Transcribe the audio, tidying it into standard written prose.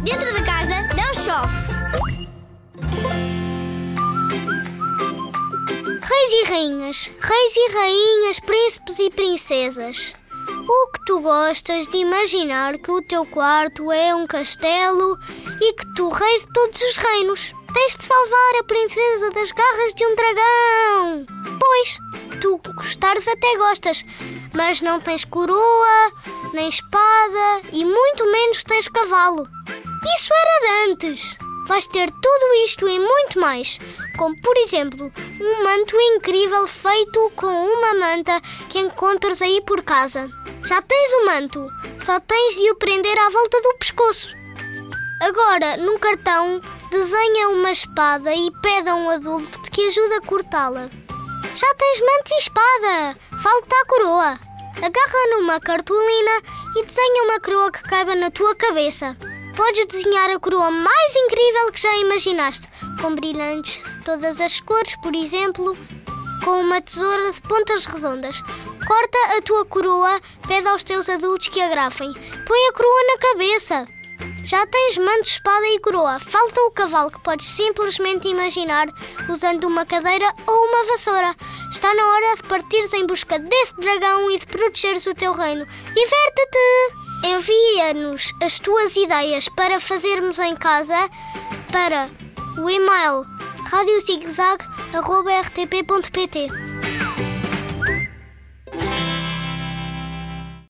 Dentro de casa não chove. Reis e rainhas, príncipes e princesas. O que tu gostas de imaginar que o teu quarto é um castelo e que tu rei de todos os reinos. Tens de salvar a princesa das garras de um dragão. Pois, tu gostares até gostas, mas não tens coroa, nem espada e muito menos tens cavalo. Isso era de antes. Vais ter tudo isto e muito mais, como por exemplo, um manto incrível feito com uma manta que encontras aí por casa. Já tens o manto, só tens de o prender à volta do pescoço. Agora, num cartão, desenha uma espada e pede a um adulto que ajude a cortá-la. Já tens manto e espada, falta a coroa. Agarra numa cartolina e desenha uma coroa que caiba na tua cabeça. Podes desenhar a coroa mais incrível que já imaginaste, com brilhantes de todas as cores, por exemplo, com uma tesoura de pontas redondas. Corta a tua coroa, pede aos teus adultos que a grafem. Põe a coroa na cabeça. Já tens manto, espada e coroa. Falta o cavalo, que podes simplesmente imaginar usando uma cadeira ou uma vassoura. Está na hora de partires em busca desse dragão e de protegeres o teu reino. Diverte-te! Envia-nos as tuas ideias para fazermos em casa para o e-mail radiozigzag@rtp.pt.